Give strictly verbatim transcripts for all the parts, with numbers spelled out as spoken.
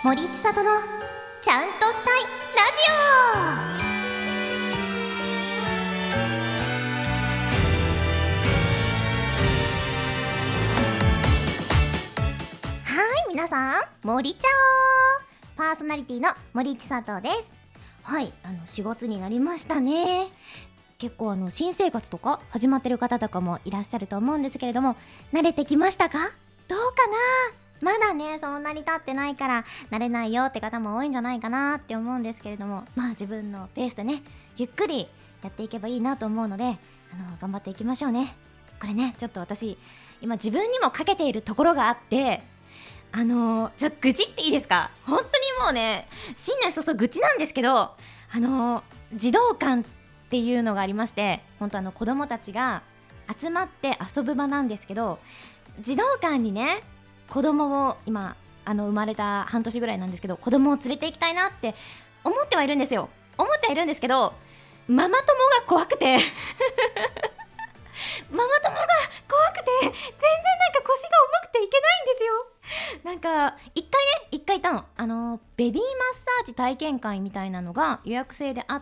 森千里のちゃんとしたいラジオ。はい、皆さん、森ちゃおパーソナリティの森千里です。はい、あのしがつになりましたね。結構あの新生活とか始まってる方とかもいらっしゃると思うんですけれども、慣れてきましたか？どうかな？まだね、そんなに経ってないから慣れないよって方も多いんじゃないかなって思うんですけれども、まあ自分のペースでね、ゆっくりやっていけばいいなと思うので、あの頑張っていきましょうね。これね、ちょっと私今自分にもかけているところがあって、あのー、ちょっと愚痴っていいですか？本当にもうね、新年早々愚痴なんですけど、あのー、児童館っていうのがありまして、本当あの子供たちが集まって遊ぶ場なんですけど、児童館にね、子供を今あの生まれた半年ぐらいなんですけど、子供を連れて行きたいなって思ってはいるんですよ。思ってはいるんですけど、ママ友が怖くてママ友が怖くて全然なんか腰が重くていけないんですよ。なんか一回ね一回いたの、あのベビーマッサージ体験会みたいなのが予約制であって、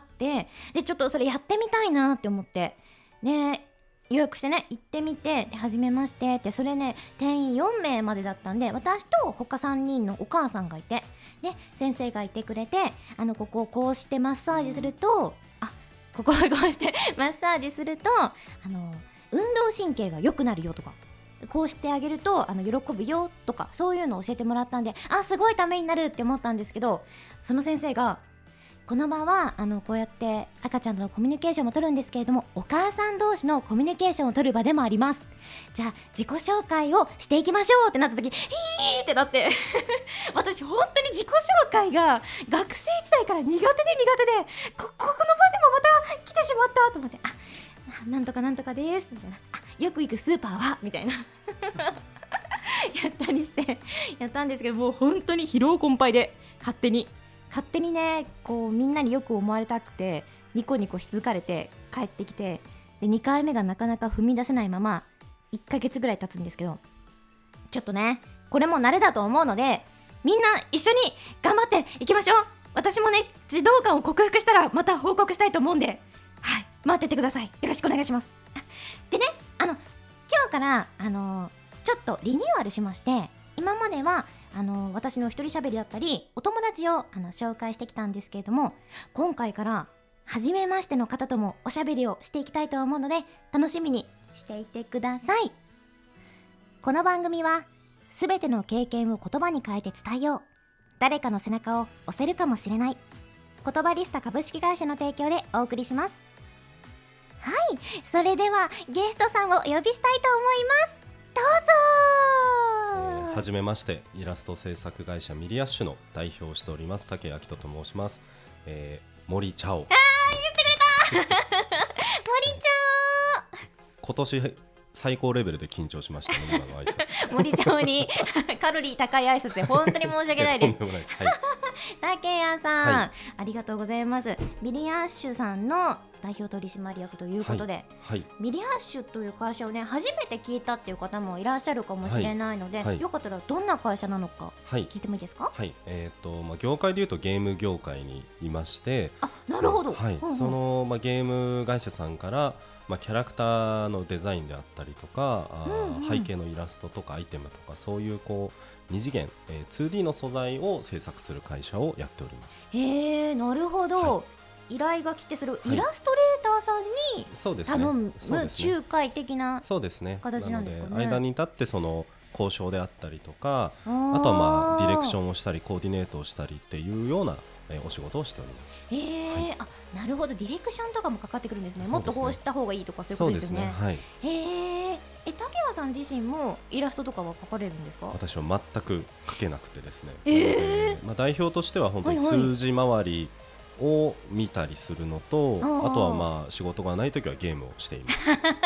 でちょっとそれやってみたいなって思ってね、予約してね行ってみて、で初めましてってそれね定員よんめいまでだったんで、私と他さんにんのお母さんがいて、で先生がいてくれて、あのここをこうしてマッサージすると、あここをこうしてマッサージするとあの運動神経が良くなるよとか、こうしてあげるとあの喜ぶよとか、そういうのを教えてもらったんで、あすごいためになるって思ったんですけど、その先生がこの場はあのこうやって赤ちゃんとのコミュニケーションも取るんですけれども、お母さん同士のコミュニケーションを取る場でもあります。じゃあ自己紹介をしていきましょうってなった時、ヒーってなって私本当に自己紹介が学生時代から苦手で苦手で、こ、ここの場でもまた来てしまったと思って、あなんとかなんとかですみたいな、あよく行くスーパーはみたいなやったりしてやったんですけど、もう本当に疲労困憊で勝手に勝手にね、こうみんなによく思われたくてニコニコし続かれて帰ってきて、でにかいめがなかなか踏み出せないままいっかげつぐらい経つんですけど、ちょっとねこれも慣れだと思うので、みんな一緒に頑張っていきましょう。私もね児童館を克服したらまた報告したいと思うんで、はい、待っててください。よろしくお願いします。でね、あの今日からあのちょっとリニューアルしまして、今まではあの私の一人喋りだったりお友達をあの紹介してきたんですけれども、今回から初めましての方ともおしゃべりをしていきたいと思うので、楽しみにしていてください。この番組はすべての経験を言葉に変えて伝えよう、誰かの背中を押せるかもしれない、言葉リスタ株式会社の提供でお送りします。はい、それではゲストさんをお呼びしたいと思います。どうぞ。 はじめまして、イラスト制作会社ミリアッシュの代表をしております武明人と申します。えー、森ちゃお。あー言ってくれた森ちゃお。今年最高レベルで緊張しましたね、今の挨拶森ちゃおにカロリー高い挨拶で本当に申し訳ないです。 とんでもないです、はい、 竹谷さん、 はい、 ありがとうございます。ミリアッシュさんの代表取締役ということで、はいはい、ミリアッシュという会社をね初めて聞いたっていう方もいらっしゃるかもしれないので、はいはい、よかったらどんな会社なのか聞いてもいいですか？ はいはい、えーとまあ、業界でいうとゲーム業界にいまして、 あなるほど、 はいうんうん、 その、まあ、ゲーム会社さんから、まあ、キャラクターのデザインであったりとか、あ、うんうん、背景のイラストとかアイテムとか、そういうこうに次元、えー、ツーディー の素材を制作する会社をやっております。 へー、なるほど、はい、依頼が来てそれをイラストレーターさんに頼む、はい、仲介的な形なんですかね。 なので間に立ってその交渉であったりとか、あとはまあディレクションをしたりコーディネートをしたりっていうようなえお仕事をしております。 えーはい、あなるほど、ディレクションとかもかかってくるんですね。もっとこうした方がいいとかそういうことですよね。 そうですね、はい、 えー、え竹谷さん自身もイラストとかは描かれるんですか？ 私は全く描けなくてですね、 えーまあ、代表としては本当に数字回りを見たりするのと、はいはい、あとはまあ仕事がないときはゲームをしています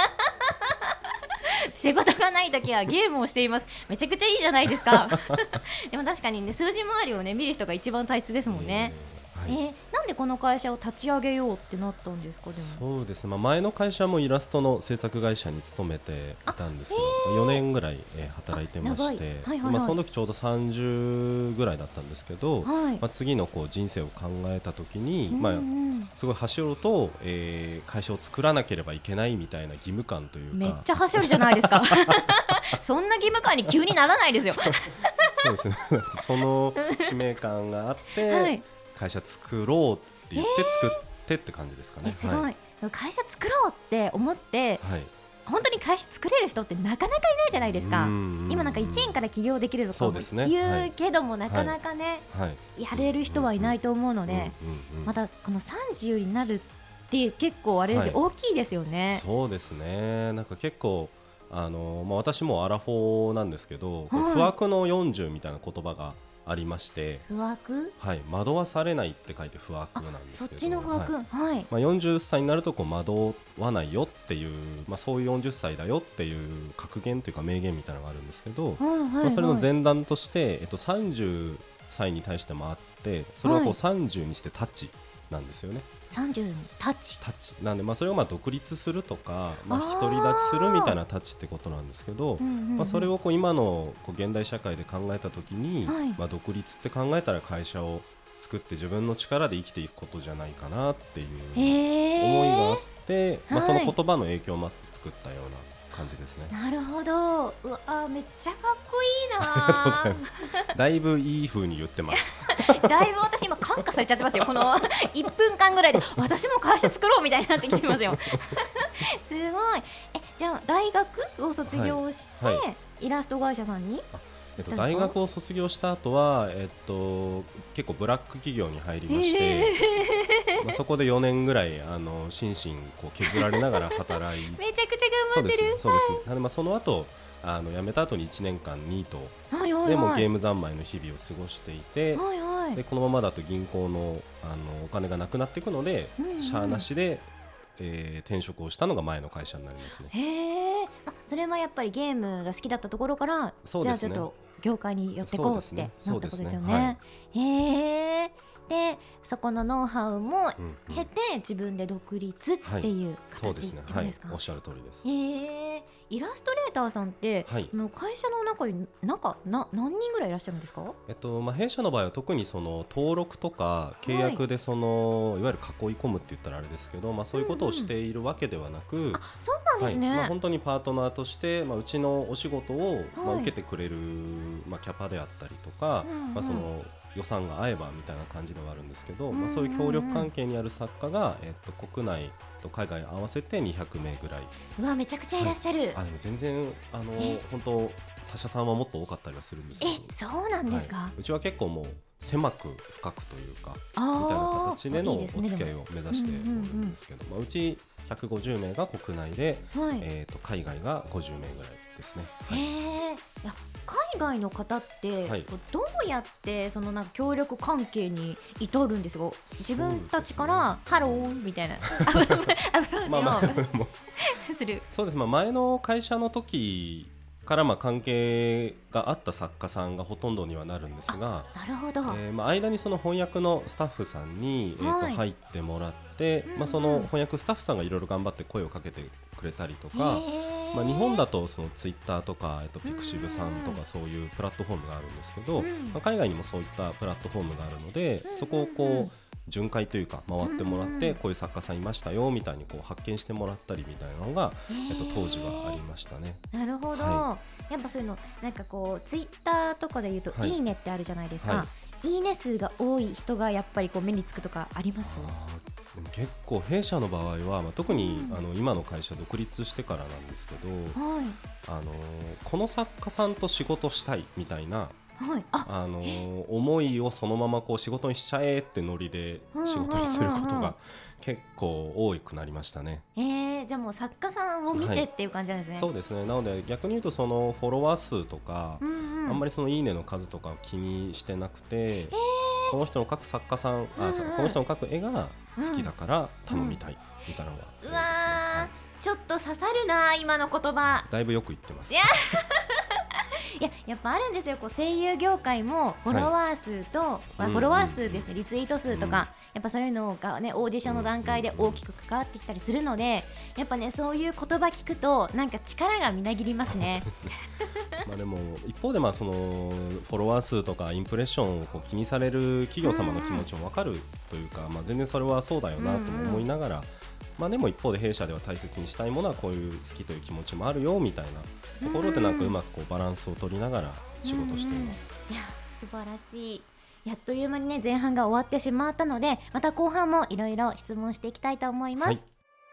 仕事がないときはゲームをしています。めちゃくちゃいいじゃないですかでも確かにね、数字回りをね見る人が一番大切ですもんね。 えー、なんでこの会社を立ち上げようってなったんですか？でもそうですね、まあ、前の会社もイラストの制作会社に勤めていたんですけど、えー、よねんぐらい、えー、働いてまして、はいはいはい、まあ、その時ちょうどさんじゅうぐらいだったんですけど、はい、まあ、次のこう人生を考えた時に、うんうん、まあ、すごい端折ると、えー、会社を作らなければいけないみたいな義務感というか、 めっちゃ端折るじゃないですかそんな義務感に急にならないですよそうですねその使命感があって、はい、会社作ろうって言って作ってって感じですかね。 えー、すごい、はい、会社作ろうって思って、はい、本当に会社作れる人ってなかなかいないじゃないですか。今なんかいちえんから起業できるとかも言うけども、なかなかね、はい、やれる人はいないと思うので、またこのさんじゅうになるって結構あれですよ、はい、大きいですよね。 そうですね、なんか結構あの、まあ、私もアラフォーなんですけど、はい、不惑のよんじゅうみたいな言葉がありまして、 不惑、 はい、惑わされないって書いて不惑なんですけど、 そっちの不惑、はいはい、 まあ、よんじゅっさいになるとこう惑わないよっていう、まあ、そういうよんじゅっさいだよっていう格言というか名言みたいなのがあるんですけど、はいはいはい、まあ、それの前段として、えっと、さんじゅっさいに対してもあって、それをこうさんじゅうにしてタッチなんですよね。 さんじゅうにタッチタッチなんで、まあ、それをまあ独立するとか、まあ、独り立ちするみたいなタッチってことなんですけど、うんうんうん、まあ、それをこう今のこう現代社会で考えたときに、はい、まあ、独立って考えたら会社を作って自分の力で生きていくことじゃないかなっていう思いがあって、まあ、その言葉の影響もあって作ったような感じですね。 なるほど、うわ、めっちゃかっこいいな。 ありがとうございます。だいぶいい風に言ってますだいぶ私今感化されちゃってますよ。このいっぷんかんぐらいで私も会社作ろうみたいになってきてますよすごい。え、じゃあ大学を卒業して、はいはい、イラスト会社さんに、 えっと、大学を卒業した後は、えっと、結構ブラック企業に入りまして、えーまあ、そこでよねんぐらいあの心身こう削られながら働いめちゃくちゃ頑張ってる。 そうですね、そうですね。まあ、その後あの辞めた後にいちねんかんニートでもゲーム三昧の日々を過ごしていて、はいはい、でこのままだと銀行の、あのお金がなくなっていくので、うんうん、シャアなしで、えー、転職をしたのが前の会社になりますね。 へー、あ、それはやっぱりゲームが好きだったところから、そうですね、じゃあちょっと業界に寄ってこうってなったことですよね。はい、へー、でそこのノウハウも経て、うんうん、自分で独立っていう形ってことですか？ はい、おっしゃる通りです。 へー、イラストレーターさんって、はい、の会社の中になんかな何人ぐらいいらっしゃるんですか？ えっとまあ、弊社の場合は特にその登録とか契約でその、はい、いわゆる囲い込むって言ったらあれですけど、まあ、そういうことをしているわけではなく、うんうん、あ、そうなんですね。 はい、まあ、本当にパートナーとして、まあ、うちのお仕事を、はい、まあ、受けてくれる、まあ、キャパであったりとか、うんうん、まあ、その予算が合えばみたいな感じではあるんですけど、まあ、そういう協力関係にある作家が、えっと、国内と海外合わせてにひゃくめいぐらい。 うわ、めちゃくちゃいらっしゃる。はい、 あ、でも全然あの本当他社さんはもっと多かったりはするんですけど。 え、そうなんですか？ はい、うちは結構もう狭く深くというかみたいな形でのお付き合いを目指しておるんですけど、まあ、うちひゃくごじゅうめいが国内で、はい、えー、と海外がごじゅうめいぐらいですね。はい、 へー、いや海外の方って、はい、どうやってそのなんか協力関係に至るんですか？自分たちからハローみたいなアプローチをする。 そうです、まあ、前の会社の時からまあ関係があった作家さんがほとんどにはなるんですが、 なるほど、 えーまあ、間にその翻訳のスタッフさんに、えー、と入ってもらって、まあ、その翻訳スタッフさんがいろいろ頑張って声をかけてくれたりとか、まあ、日本だとそのツイッターとか、えっと、ピクシブさんとかそういうプラットフォームがあるんですけど、まあ、海外にもそういったプラットフォームがあるので、そこをこう巡回というか回ってもらって、こういう作家さんいましたよみたいにこう発見してもらったりみたいなのが、えっと、当時はありましたね。 なるほど、はい、やっぱそういうのなんかこうツイッターとかで言うと、はい、いいねってあるじゃないですか、はい、いいね数が多い人がやっぱりこう目につくとかあります？ でも結構弊社の場合は、まあ、特に、うん、あの今の会社独立してからなんですけど、はい、あのこの作家さんと仕事したいみたいな、はい、ああのー、思いをそのままこう仕事にしちゃえってノリで仕事にすることが結構多くなりましたね。 えー、じゃあもう作家さんを見てっていう感じなんですね。 はい、そうですね。なので逆に言うとそのフォロワー数とか、うんうん、あんまりそのいいねの数とかを気にしてなくて、えー、この人の描く作家さん、うんうん、あこの人の描く絵が好きだから頼みたいみたいなのが、 うんうん、うわー、はい、ちょっと刺さるな今の言葉。 だいぶよく言ってます。 いやいや、やっぱあるんですよ。こう声優業界もフォロワー数と、はい、フォロワー数ですね、リツイート数とか、 やっぱそういうのがねオーディションの段階で大きく関わってきたりするので、やっぱねそういう言葉聞くとなんか力がみなぎりますねまあでも一方でまあそのフォロワー数とかインプレッションをこう気にされる企業様の気持ちも分かるというか、まあ全然それはそうだよなとも思いながら、まあでも一方で弊社では大切にしたいものはこういう好きという気持ちもあるよみたいなところでなんかうまくこうバランスを取りながら仕事しています。 いや素晴らしい。やっという間にね前半が終わってしまったので、また後半もいろいろ質問していきたいと思います。はい、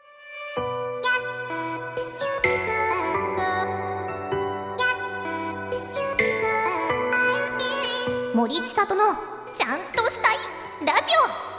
森千里のちゃんとしたいラジオ。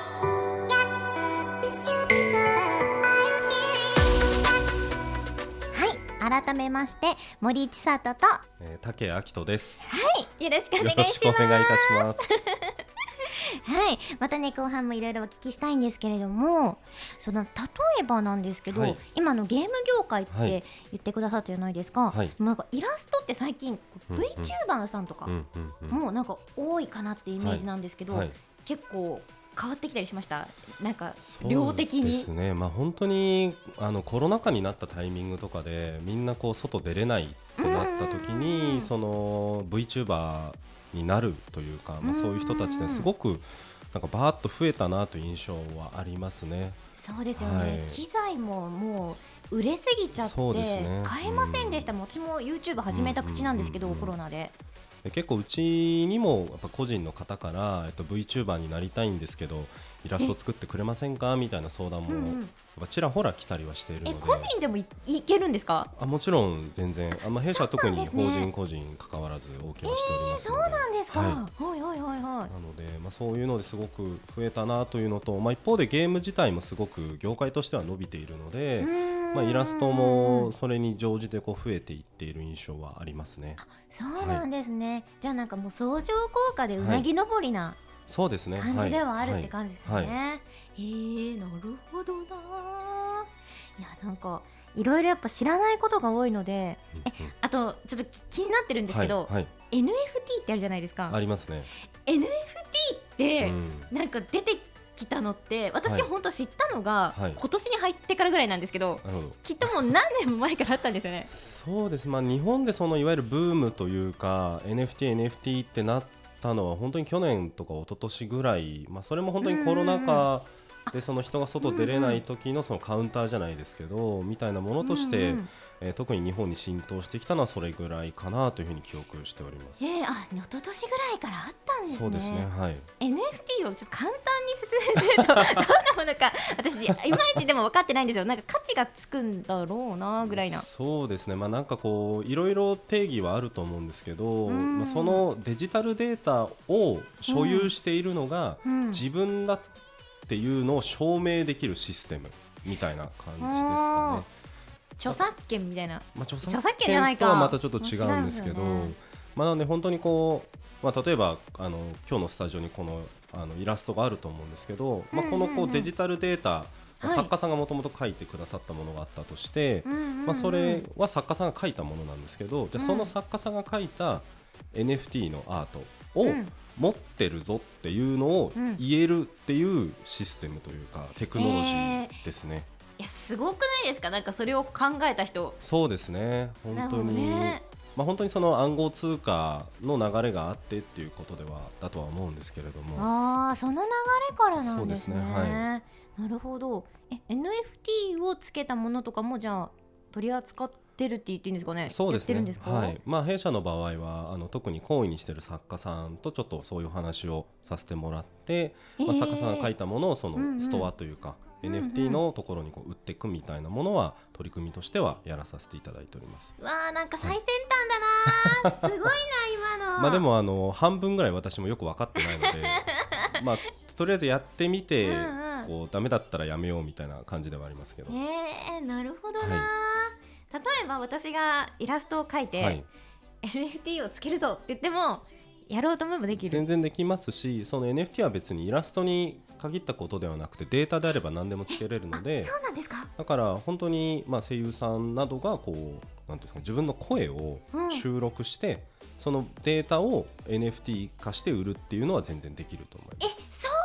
改めまして森千里と、 えー、竹明人です。 はい、よろしくお願いします。 よろしくお願いいたしますはい、またね後半もいろいろお聞きしたいんですけれども、その例えばなんですけど、はい、今のゲーム業界って言ってくださったじゃないですか、はい、なんかイラストって最近 VTuber さんとかもなんか多いかなってイメージなんですけど、はいはい、結構変わってきたりしました？なんか量的に。そうですね、まあ、本当にあのコロナ禍になったタイミングとかでみんなこう外出れないとなった時にその VTuber になるというか、まあ、そういう人たちですごくなんかバーッと増えたなという印象はありますね。 そうですよね、はい、機材ももう売れすぎちゃって、ね、買えませんでした、うん、私も YouTube 始めた口なんですけど、うんうんうんうん、コロナで結構うちにもやっぱ個人の方から、えっと、VTuber になりたいんですけどイラスト作ってくれませんかみたいな相談も、うんうん、やっぱちらほら来たりはしているので。 え個人でも い, いけるんですか？ あもちろん全然あ、まあ、弊社は特に法人個人関わらず OK をしておりますので、 えー、そうなんですか、 はい、 はいはいはいはい。なので、まあ、そういうのですごく増えたなというのと、まあ、一方でゲーム自体もすごく業界としては伸びているので、まあ、イラストもそれに乗じてこう増えていっている印象はありますね。 あそうなんですね、はい、じゃあなんかもう相乗効果でうなぎ登りな、はい、 そうですね感じではあるって感じですね、はいはいはい、えー、なるほどな。いやなんかいろいろやっぱ知らないことが多いので、うんうん、えあとちょっと気になってるんですけど、はいはい、エヌエフティー ってあるじゃないですか。 ありますね。 エヌエフティー って、うん、なんか出てきたのって私本当知ったのが、はい、今年に入ってからぐらいなんですけど、はい、きっともう何年も前からあったんですよね。 そうです、まあ、日本でそのいわゆるブームというか エヌエフティー、エヌエフティー ってなったのは本当に去年とか一昨年ぐらい、まあ、それも本当にコロナ禍でその人が外出れない時のそのカウンターじゃないですけどみたいなものとして、うんうんえー、特に日本に浸透してきたのはそれぐらいかなというふうに記憶しております。 えー、あ一昨年ぐらいからあったんですね。 そうですね、はい、 エヌエフティー をちょっと簡単に説明するとどんなものか私いまいちでも分かってないんですよ。なんか価値がつくんだろうなぐらいな。 そうですね、まあ、なんかこういろいろ定義はあると思うんですけど、まあ、そのデジタルデータを所有しているのが自分だっていうのを証明できるシステムみたいな感じですかね。 著作権みたいな、 まあ、著作権じゃないかとはまたちょっと違うんですけど、ねまあ、なので本当にこう、まあ、例えばあの今日のスタジオにこの、あのイラストがあると思うんですけど、まあ、このこうデジタルデータ、まあ、作家さんがもともと書いてくださったものがあったとして、はいまあ、それは作家さんが書いたものなんですけど、じゃあその作家さんが書いた エヌエフティー のアートを持ってるぞっていうのを言えるっていうシステムというかテクノロジーですね。 いやすごくないですか？なんかそれを考えた人。 そうですね本当に、ねまあ、本当にその暗号通貨の流れがあってっていうことではだとは思うんですけれども。 ああその流れからなんですね。 そうですね、はい、 なるほど。え エヌエフティー をつけたものとかもじゃあ取り扱ってるって言っていいんですかね。 そうですね、 やってるんですか？ はいまあ、弊社の場合はあの特に懇意にしている作家さんとちょっとそういう話をさせてもらって、えーまあ、作家さんが書いたものをそのストアというか、うんうんエヌエフティー のところにこう売っていくみたいなものは取り組みとしてはやらさせていただいております。 わーなんか最先端だな、はい、すごいな今のまあでもあの半分ぐらい私もよく分かってないのでまあとりあえずやってみてうん、うん、こうダメだったらやめようみたいな感じではありますけど。 えー、なるほどな、はい、例えば私がイラストを描いて、はい、エヌエフティー をつけるぞって言ってもやろうと思えばできる。 全然できますし、その エヌエフティー は別にイラストに限ったことではなくてデータであれば何でもつけれるので。 そうなんですか。 だから本当にまあ声優さんなどがこうなんですか自分の声を収録して、うん、そのデータを エヌエフティー 化して売るっていうのは全然できると思います。 え、そうなん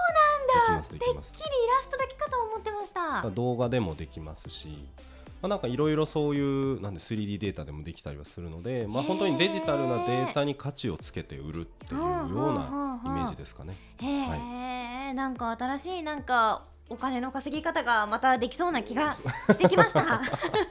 だ。てっきりイラストだけかと思ってました。 動画でもできますし、まあ、なんかいろいろそういうなんで スリーディー データでもできたりはするので、まあ、本当にデジタルなデータに価値をつけて売るっていうようなイメージですかね。 へー、はい、なんか新しいなんかお金の稼ぎ方がまたできそうな気がしてきました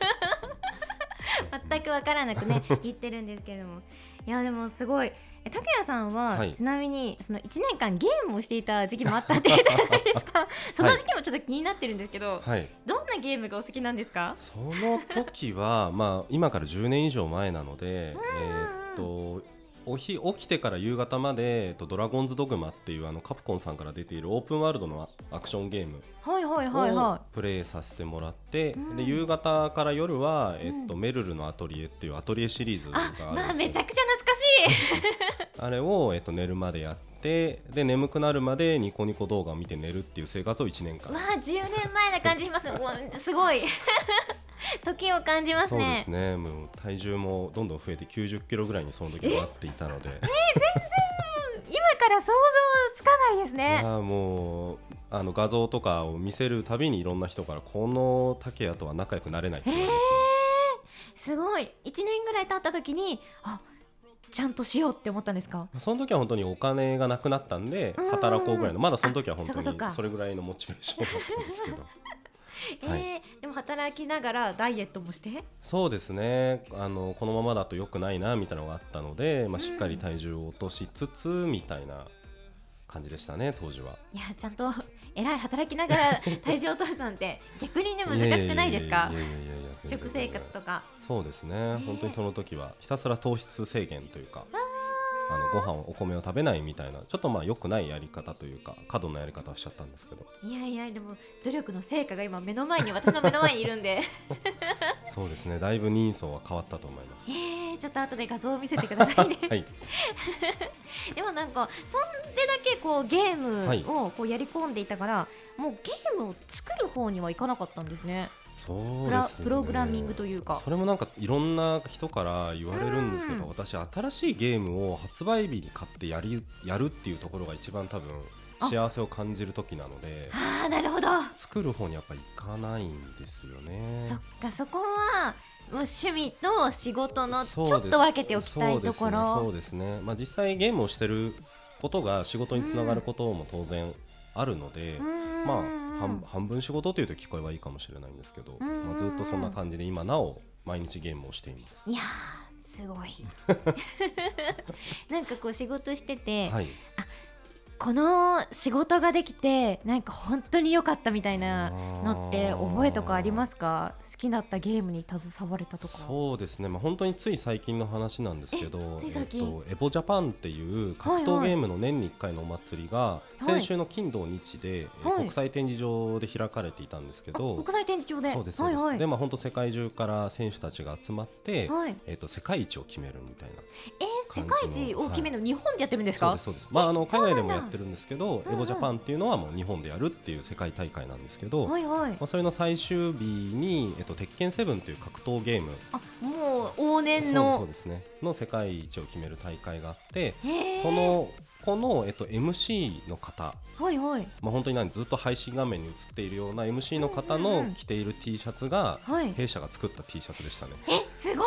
全く分からなくね言ってるんですけれども、いやでもすごい。拓也さんは、はい、ちなみにそのいちねんかんゲームをしていた時期もあったって言ったじゃないですかその時期もちょっと気になってるんですけど、はい、どんなゲームがお好きなんですか？ その時は、まあ、今からじゅうねん以上前なので、えー、っとお日起きてから夕方まで、えっと、ドラゴンズドグマっていうあのカプコンさんから出ているオープンワールドのアクションゲームをプレイさせてもらって、はいはいはいはい、で夕方から夜は、えっとうん、メルルのアトリエっていうアトリエシリーズがあるんですよ。 あ、まあ、めちゃくちゃ懐かしいあれを、えっと、寝るまでやってで眠くなるまでニコニコ動画を見て寝るっていう生活をいちねんかん。 まあじゅうねんまえな感じしますすごい時を感じますね。 そうですね。もう体重もどんどん増えてきゅうじゅっキロぐらいにその時はなっていたので、ええー、全然今から想像つかないですね。 いやもうあの画像とかを見せるたびにいろんな人からこの竹谷とは仲良くなれないって言われます、ね、 えー、すごい。いちねんぐらい経った時にあちゃんとしようって思ったんですか？ その時は本当にお金がなくなったんで働こうぐらいの、まだその時は本当にそれぐらいのモチベーションだったんですけどえーはい、でも働きながらダイエットもして。 そうですね。あのこのままだと良くないなみたいなのがあったので、まあ、しっかり体重を落としつつみたいな感じでしたね当時は。 いやちゃんと偉い働きながら体重を落とすなんて逆にね難しくないですか？食生活とか。 そうですね、えー、本当にその時はひたすら糖質制限というかあのご飯をお米を食べないみたいなちょっとまあ良くないやり方というか過度なやり方をしちゃったんですけど、 いやいやでも努力の成果が今目の前に私の目の前にいるんでそうですね、だいぶ人相は変わったと思います。 えー、ちょっと後で画像を見せてくださいね、はい、でもなんかそれだけこうゲームをこうやり込んでいたから、はい、もうゲームを作る方にはいかなかったんですね。 そうですね、 プログラミングというか。 それもなんかいろんな人から言われるんですけど、私新しいゲームを発売日に買ってやりやるっていうところが一番多分幸せを感じる時なので、 ああなるほど、 作る方にやっぱりいかないんですよね。 そっか、そこはもう趣味と仕事のちょっと分けておきたいところ。 そうですね、そうですね、まあ、実際ゲームをしてることが仕事につながることも当然あるので、まあ半, 半分仕事というと聞こえはいいかもしれないんですけど、まあ、ずっとそんな感じで今なお毎日ゲームをしています。 いやーすごいなんかこう仕事してて、はい、あこの仕事ができてなんか本当に良かったみたいなのって覚えとかありますか？好きだったゲームに携われたとか。 そうですね、まあ、本当につい最近の話なんですけど、 つい最近、 えっと、エボジャパンっていう格闘ゲームの年にいっかいのお祭りが先週の金土日で、はい、国際展示場で開かれていたんですけど、 国際展示場で、 そうですそうです、はいはい、でまあ、本当世界中から選手たちが集まって、はい、えっと、世界一を決めるみたいな。 えー、世界一を決めるの、はい、日本でやってるんですか？ そうですそうです、まあ、あの海外でもやってるんですけど、エボジャパンっていうのはもう日本でやるっていう世界大会なんですけど、はいはい、まあ、それの最終日に、えっと、鉄拳セブンという格闘ゲーム、 あもう往年のそうですねの世界一を決める大会があって、そのこの、えっと、エムシー の方、はいはい、まあ、本当に何ずっと配信画面に映っているような エムシー の方の着ている T シャツが、はい、弊社が作った T シャツでしたね。 えすごいすごい、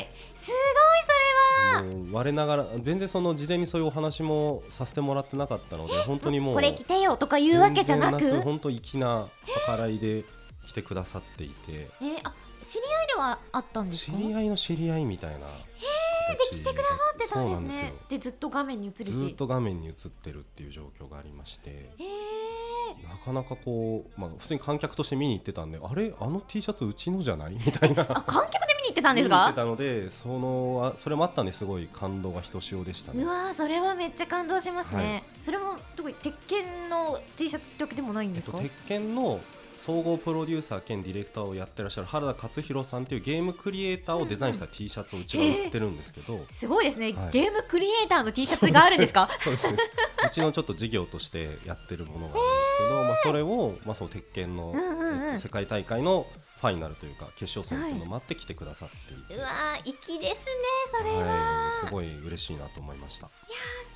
それはもう我ながら全然その事前にそういうお話もさせてもらってなかったので、本当にもうこれ着てよとか言うわけじゃなく、 全然なく本当粋な計らいで来てくださっていて、 えー、あ知り合いではあったんですか？ 知り合いの知り合いみたいな、 で来てくださってたんですね。でずっと画面に映るし、 ずっと画面に映ってるっていう状況がありまして、なかなかこう、まあ、普通に観客として見に行ってたんで、あれあの T シャツうちのじゃないみたいなあ観客で見に行ってたんですか？ 見に行ってたので、そのそれもあったんですごい感動がひとしおでしたね。 うわそれはめっちゃ感動しますね、はい、それも特に鉄拳の T シャツってわけでもないんですか？ えっと、鉄拳の総合プロデューサー兼ディレクターをやってらっしゃる原田勝弘さんというゲームクリエイターをデザインした T シャツをうちが売ってるんですけど、 すごいですね、はい、ゲームクリエイターの T シャツがあるんですか？ そうですそうですうちのちょっと事業としてやってるものがあるんですけど、まあ、それを、まあ、その鉄拳の、うんうんうん、えっと、世界大会のファイナルというか決勝戦というのを待ってきてくださっていて、 はい、うわー粋ですねそれは、 はい、すごい嬉しいなと思いました。いやー素晴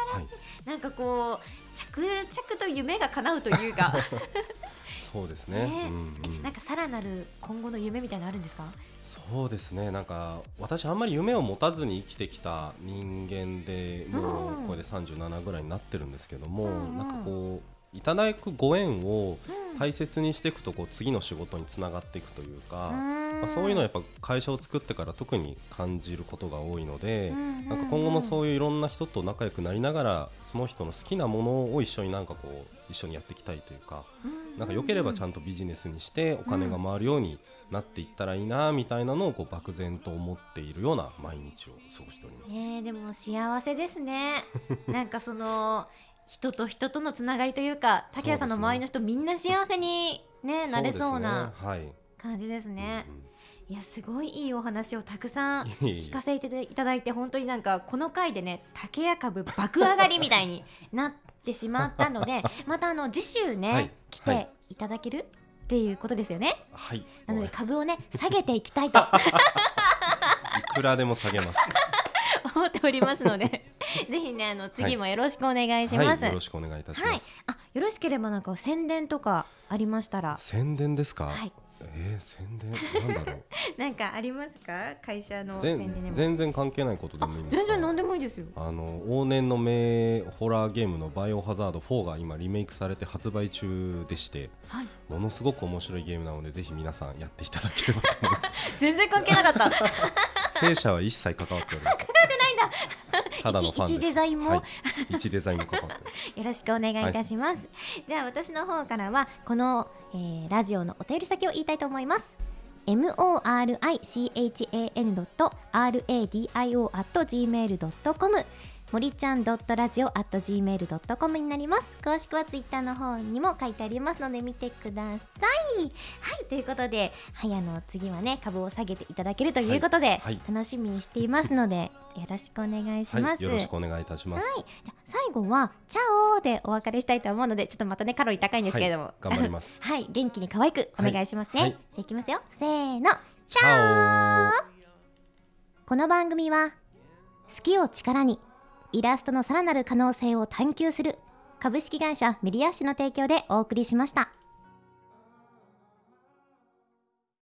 らしい、なんかこう着々と夢が叶うというかそうですね、 ね、 うんうん、 なんかさらなる今後の夢みたいなのあるんですか？ そうですね、なんか私あんまり夢を持たずに生きてきた人間で、もうこれでさんじゅうななぐらいになってるんですけども、うんうん、なんかこういただくご縁を大切にしていくとこう次の仕事につながっていくというか、まあ、そういうのはやっぱ会社を作ってから特に感じることが多いので、なんか今後もそういういろんな人と仲良くなりながらその人の好きなものを一緒になんかこう一緒にやっていきたいというか、なんか良ければちゃんとビジネスにしてお金が回るようになっていったらいいなみたいなのをこう漠然と思っているような毎日を過ごしております。 ね、でも幸せですねなんかその人と人とのつながりというか、竹谷さんの周りの人みんな幸せに、ね、なれそうな感じですね。うんうん、いやすごいいいお話をたくさん聞かせていただいて、本当になんかこの回でね竹谷株爆上がりみたいになってしまったのでまたあの次週ね、はい、来ていただける、はい、っていうことですよね。 はい、 なので株をね下げていきたいといくらでも下げます思っておりますのでぜひねあの次もよろしくお願いします。 はいはい、よろしくお願いいたします。はい、 あよろしければなんか宣伝とかありましたら。 宣伝ですか？ はい、 えー、宣伝なんだろうなんかありますか？会社の宣伝でも。 全然関係ないことでもいいんですか？ 全然何でもいいですよ。 あの往年の名ホラーゲームのバイオハザードフォーが今リメイクされて発売中でして、はい、ものすごく面白いゲームなのでぜひ皆さんやっていただければと思います全然関係なかった弊社は一切関わっておりません。 関わってないんだただのファンです。 一デザインも、はい、 一デザインも関わってますよろしくお願いいたします。はい、じゃあ私の方からはこの、えー、ラジオのお便り先を言いたいと思います。モリチャン ドットラディオ アット ジーメール ドット コム 森ちゃん .radio アット ジーメール ドット コム になります。詳しくはツイッターの方にも書いてありますので見てください。はい、ということで、はい、あの次はね株を下げていただけるということで、はいはい、楽しみにしていますのでよろしくお願いします。 はい、よろしくお願いいたします。 はい、じゃ最後はチャオでお別れしたいと思うので、ちょっとまたねカロリー高いんですけれども、はい、 頑張りますはい元気に可愛くお願いしますね。はい、じゃあいきますよ、せーの、 チャオ。 この番組は好きを力にイラストのさらなる可能性を探求する株式会社メリアッシュの提供でお送りしました。